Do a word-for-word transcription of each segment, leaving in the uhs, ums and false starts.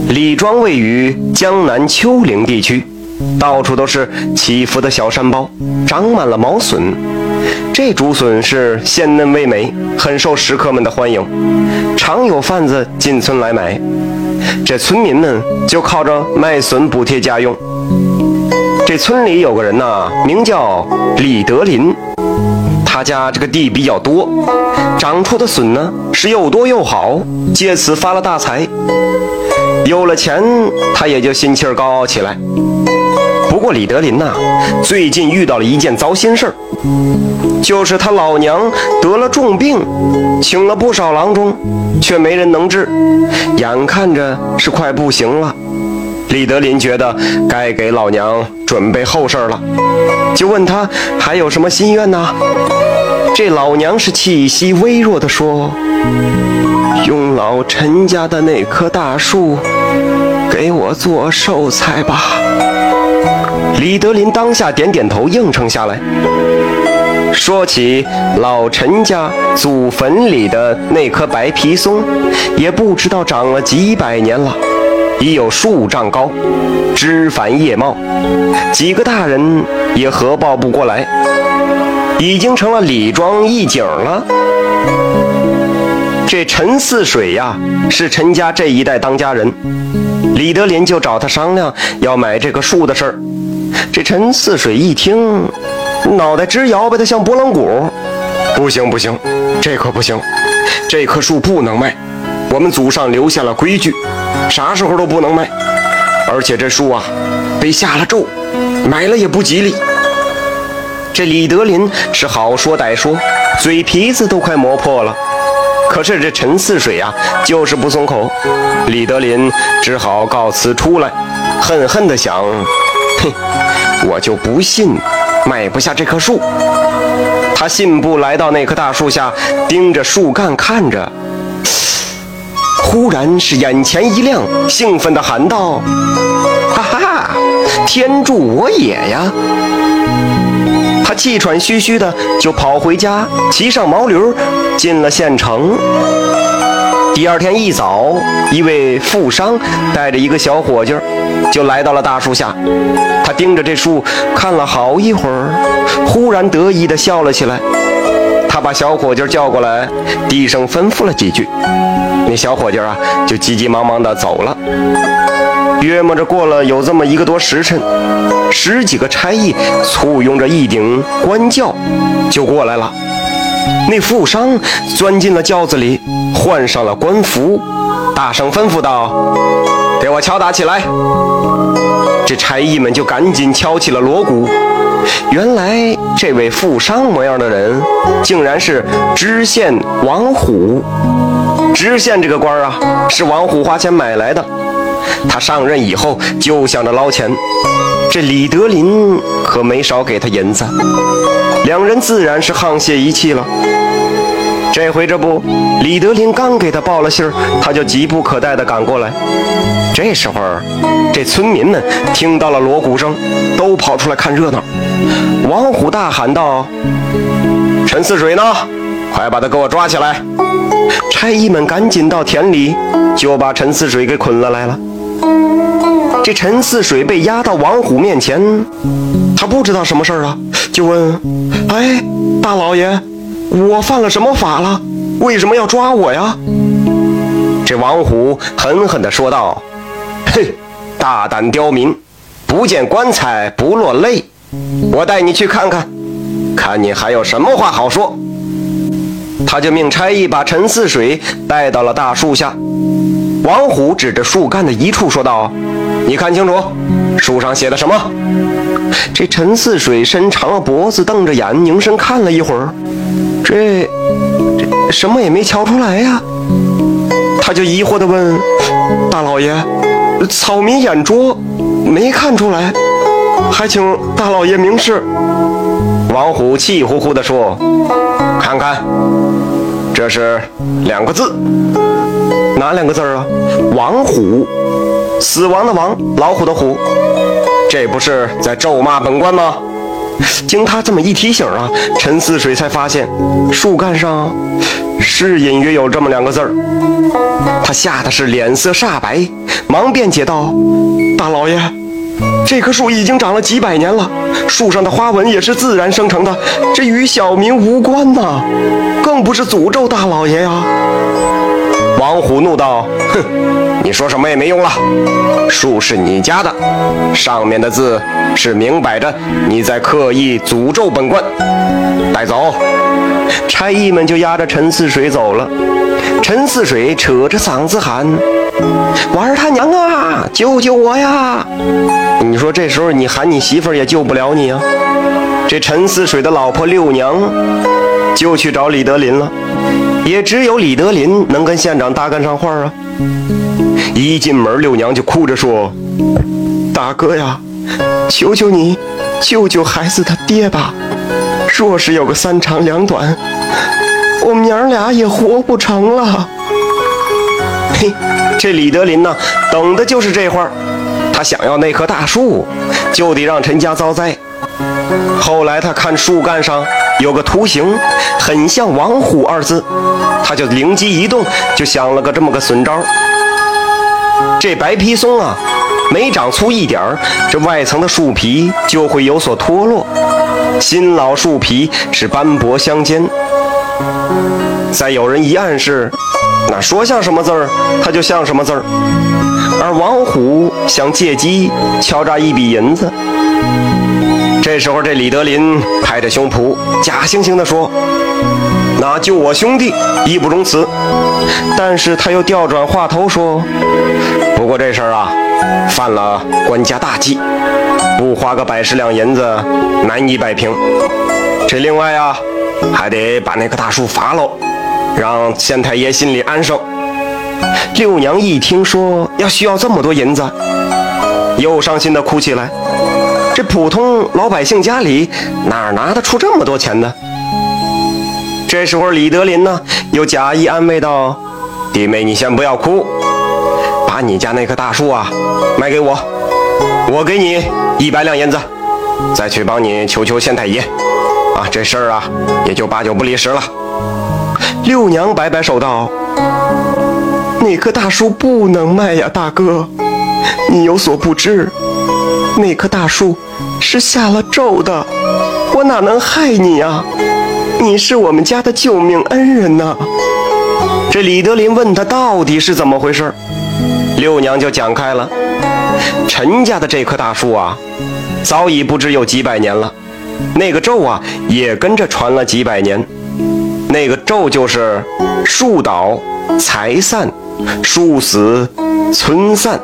李庄位于江南丘陵地区，到处都是起伏的小山包，长满了毛笋。这竹笋是鲜嫩味美，很受食客们的欢迎，常有贩子进村来买。这村民们就靠着卖笋补贴家用。这村里有个人呐，名叫李德林，他家这个地比较多，长出的笋呢是又多又好，借此发了大财。有了钱，他也就心气儿高傲起来。不过李德林呐，最近遇到了一件糟心事儿，就是他老娘得了重病，请了不少郎中，却没人能治，眼看着是快不行了。李德林觉得该给老娘准备后事了，就问他还有什么心愿呢？这老娘是气息微弱地说：用老陈家的那棵大树给我做寿材吧。李德林当下点点头应承下来。说起老陈家祖坟里的那棵白皮松，也不知道长了几百年了，已有数丈高，枝繁叶茂，几个大人也合抱不过来，已经成了李庄一景了。这陈似水呀，是陈家这一代当家人，李德林就找他商量要买这棵树的事儿。这陈似水一听，脑袋直摇摆得像拨浪鼓。不行不行，这可不行，这棵树不能卖，我们祖上留下了规矩，啥时候都不能卖。而且这树啊，被下了咒，买了也不吉利。这李德林是好说歹说，嘴皮子都快磨破了。可是这陈似水啊，就是不松口。李德林只好告辞出来，恨恨地想：哼，我就不信卖不下这棵树。他信步来到那棵大树下，盯着树干看着，忽然是眼前一亮，兴奋地喊道：哈哈，天助我也呀！他气喘吁吁的就跑回家，骑上毛驴进了县城。第二天一早，一位富商带着一个小伙计就来到了大树下。他盯着这树看了好一会儿，忽然得意地笑了起来。他把小伙计叫过来，低声吩咐了几句，那小伙计啊就急急忙忙地走了。约摸着过了有这么一个多时辰，十几个差役簇拥着一顶官轿就过来了。那富商钻进了轿子里，换上了官服，大声吩咐道：给我敲打起来。这差役们就赶紧敲起了锣鼓。原来这位富商模样的人竟然是知县王虎。知县这个官啊，是王虎花钱买来的。他上任以后就想着捞钱，这李德林可没少给他银子，两人自然是沆瀣一气了。这回这不，李德林刚给他报了信儿，他就急不可待地赶过来。这时候，这村民们听到了锣鼓声，都跑出来看热闹。王虎大喊道：陈似水呢？快把他给我抓起来！差役们赶紧到田里，就把陈似水给捆了来了。这陈似水被押到王虎面前，他不知道什么事儿啊，就问：哎，大老爷，我犯了什么法了？为什么要抓我呀？这王虎狠狠地说道：哼，大胆刁民，不见棺材不落泪，我带你去看看，看你还有什么话好说。他就命差役把陈似水带到了大树下。王虎指着树干的一处说道：你看清楚，树上写的什么？这陈似水伸长了脖子，瞪着眼，凝神看了一会儿，这这什么也没瞧出来呀。他就疑惑地问：大老爷，草民眼拙，没看出来，还请大老爷明示。王虎气呼呼地说：看看，这是两个字。哪两个字啊？王虎，死亡的亡，老虎的虎。这不是在咒骂本官吗？经他这么一提醒啊，陈似水才发现树干上是隐约有这么两个字儿。他吓得是脸色煞白，忙辩解道：大老爷，这棵树已经长了几百年了，树上的花纹也是自然生成的，这与小民无关呐、啊，更不是诅咒大老爷呀、啊。王虎怒道：哼，你说什么也没用了，树是你家的，上面的字是明摆着你在刻意诅咒本官，带走。差役们就押着陈似水走了。陈似水扯着嗓子喊：玩他娘啊，救救我呀！你说这时候你喊你媳妇儿也救不了你啊。这陈似水的老婆六娘就去找李德林了，也只有李德林能跟县长搭干上话啊。一进门，六娘就哭着说：大哥呀，求求你救救孩子他爹吧，若是有个三长两短，我们娘俩也活不成了。嘿，这李德林呢，等的就是这话，他想要那棵大树，就得让陈家遭灾。后来他看树干上有个图形，很像王虎二字，他就灵机一动，就想了个这么个损招。这白皮松啊，每长粗一点儿，这外层的树皮就会有所脱落，新老树皮是斑驳相间。再有人一暗示，那说像什么字儿，他就像什么字儿。而王虎想借机敲诈一笔银子。这时候这李德林拍着胸脯假惺惺地说：那救我兄弟义不容辞。但是他又调转话头说：不过这事儿啊，犯了官家大忌，不花个百十两银子难以摆平。这另外啊，还得把那棵大树伐喽，让县太爷心里安生。六娘一听说要需要这么多银子，又伤心地哭起来。这普通老百姓家里哪拿得出这么多钱呢？这时候李德林呢，又假意安慰道：弟妹，你先不要哭，把你家那棵大树啊卖给我，我给你一百两银子，再去帮你求求县太爷啊，这事儿啊也就八九不离十了。六娘摆摆手道：那棵大树不能卖呀，大哥，你有所不知，那棵大树是下了咒的，我哪能害你呀？你是我们家的救命恩人呐！这李德林问他到底是怎么回事，六娘就讲开了。陈家的这棵大树啊，早已不知有几百年了，那个咒啊也跟着传了几百年。那个咒就是树倒财散，树死村散。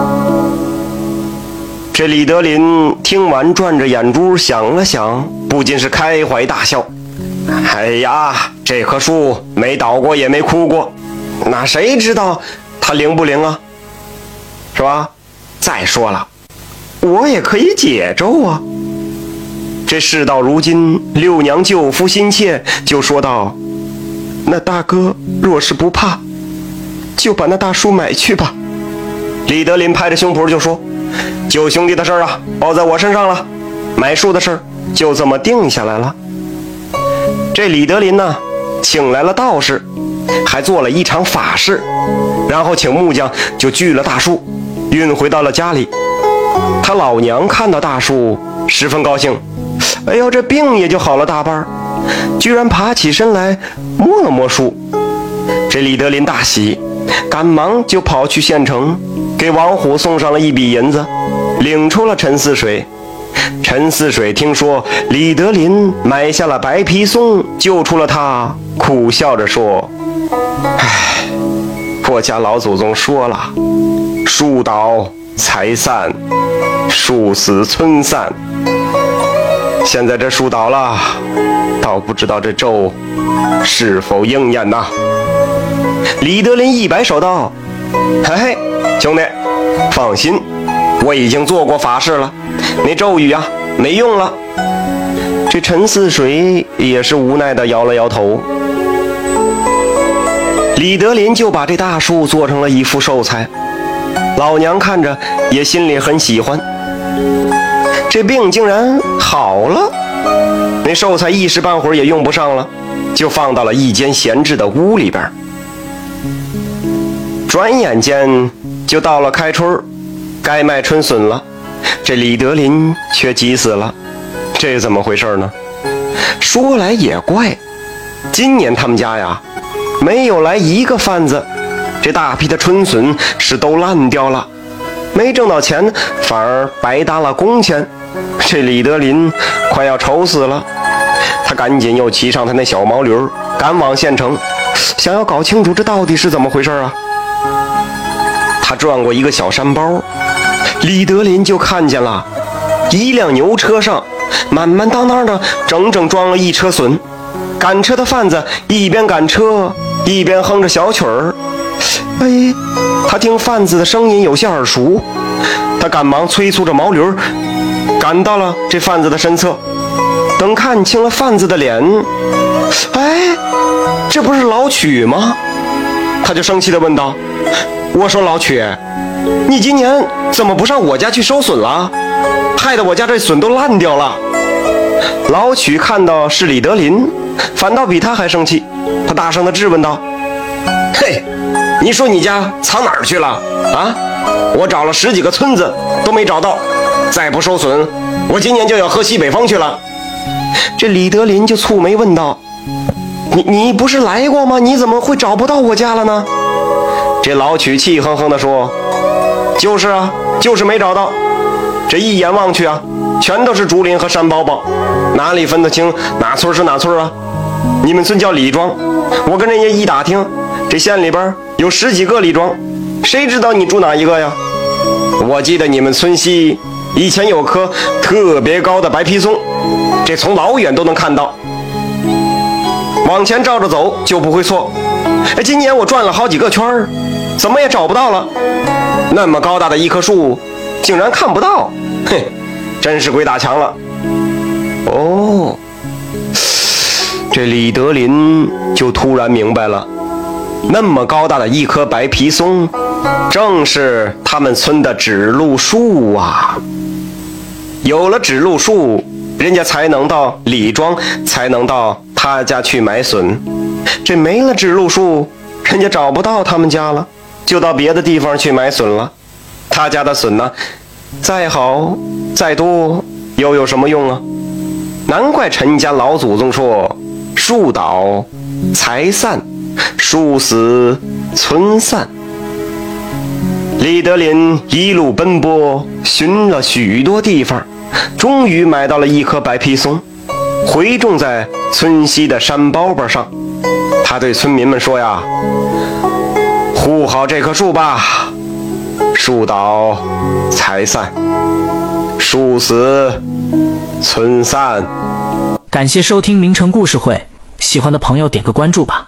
这李德林听完转着眼珠想了想，不禁是开怀大笑。哎呀，这棵树没倒过也没哭过，那谁知道它灵不灵啊，是吧？再说了，我也可以解咒啊。这事到如今，六娘救夫心切，就说道：那大哥若是不怕，就把那大树买去吧。李德林拍着胸脯就说：救兄弟的事儿啊，包在我身上了，买树的事儿就这么定下来了。这李德林呢，请来了道士，还做了一场法事，然后请木匠就锯了大树，运回到了家里。他老娘看到大树十分高兴，哎呦，这病也就好了大半，居然爬起身来摸了摸树。这李德林大喜，赶忙就跑去县城，给王虎送上了一笔银子，领出了陈似水。陈似水听说李德林买下了白皮松，救出了他，苦笑着说：唉，我家老祖宗说了，树倒财散，树死村散，现在这树倒了，倒不知道这咒是否应验呐。李德林一摆手道：嘿嘿，兄弟放心，我已经做过法事了，那咒语啊没用了。这陈似水也是无奈地摇了摇头。李德林就把这大树做成了一副寿材，老娘看着也心里很喜欢。这病竟然好了，那寿材一时半会儿也用不上了， 就放到了一间闲置的屋里边。转眼间就到了开春，该卖春笋了，这李德林却急死了。这怎么回事呢？说来也怪，今年他们家呀没有来一个贩子，这大批的春笋是都烂掉了，没挣到钱，反而白搭了工钱。这李德林快要愁死了，他赶紧又骑上他那小毛驴，赶往县城，想要搞清楚这到底是怎么回事啊。他转过一个小山包，李德林就看见了一辆牛车上满满当当的整整装了一车笋。赶车的贩子一边赶车一边哼着小曲儿。哎，他听贩子的声音有些耳熟，他赶忙催促着毛驴赶到了这贩子的身侧。等看清了贩子的脸，哎，这不是老曲吗？他就生气地问道：我说老曲，你今年怎么不上我家去收笋了？害得我家这笋都烂掉了。老曲看到是李德林，反倒比他还生气，他大声地质问道：嘿，你说你家藏哪儿去了啊？我找了十几个村子都没找到，再不收笋，我今年就要喝西北风去了。这李德林就蹙眉问道：你你不是来过吗？你怎么会找不到我家了呢？这老曲气哼哼地说：就是啊，就是没找到。这一眼望去啊，全都是竹林和山包包，哪里分得清哪村是哪村啊？你们村叫李庄，我跟人家一打听，这县里边有十几个李庄，谁知道你住哪一个呀？我记得你们村西以前有棵特别高的白皮松，这从老远都能看到，往前照着走就不会错。哎，今年我转了好几个圈，怎么也找不到了。那么高大的一棵树竟然看不到，嘿，真是鬼打墙了。哦，这李德林就突然明白了，那么高大的一棵白皮松正是他们村的指路树啊。有了指路树，人家才能到李庄，才能到他家去买笋。这没了指路树，人家找不到他们家了，就到别的地方去买笋了。他家的笋呢，再好再多又有什么用啊？难怪陈家老祖宗说：树倒财散，树死村散。李德林一路奔波，寻了许多地方，终于买到了一棵白皮松，回种在村西的山包包上。他对村民们说呀：护好这棵树吧，树倒财散，树死村散。 感谢收听名城故事会，喜欢的朋友点个关注吧。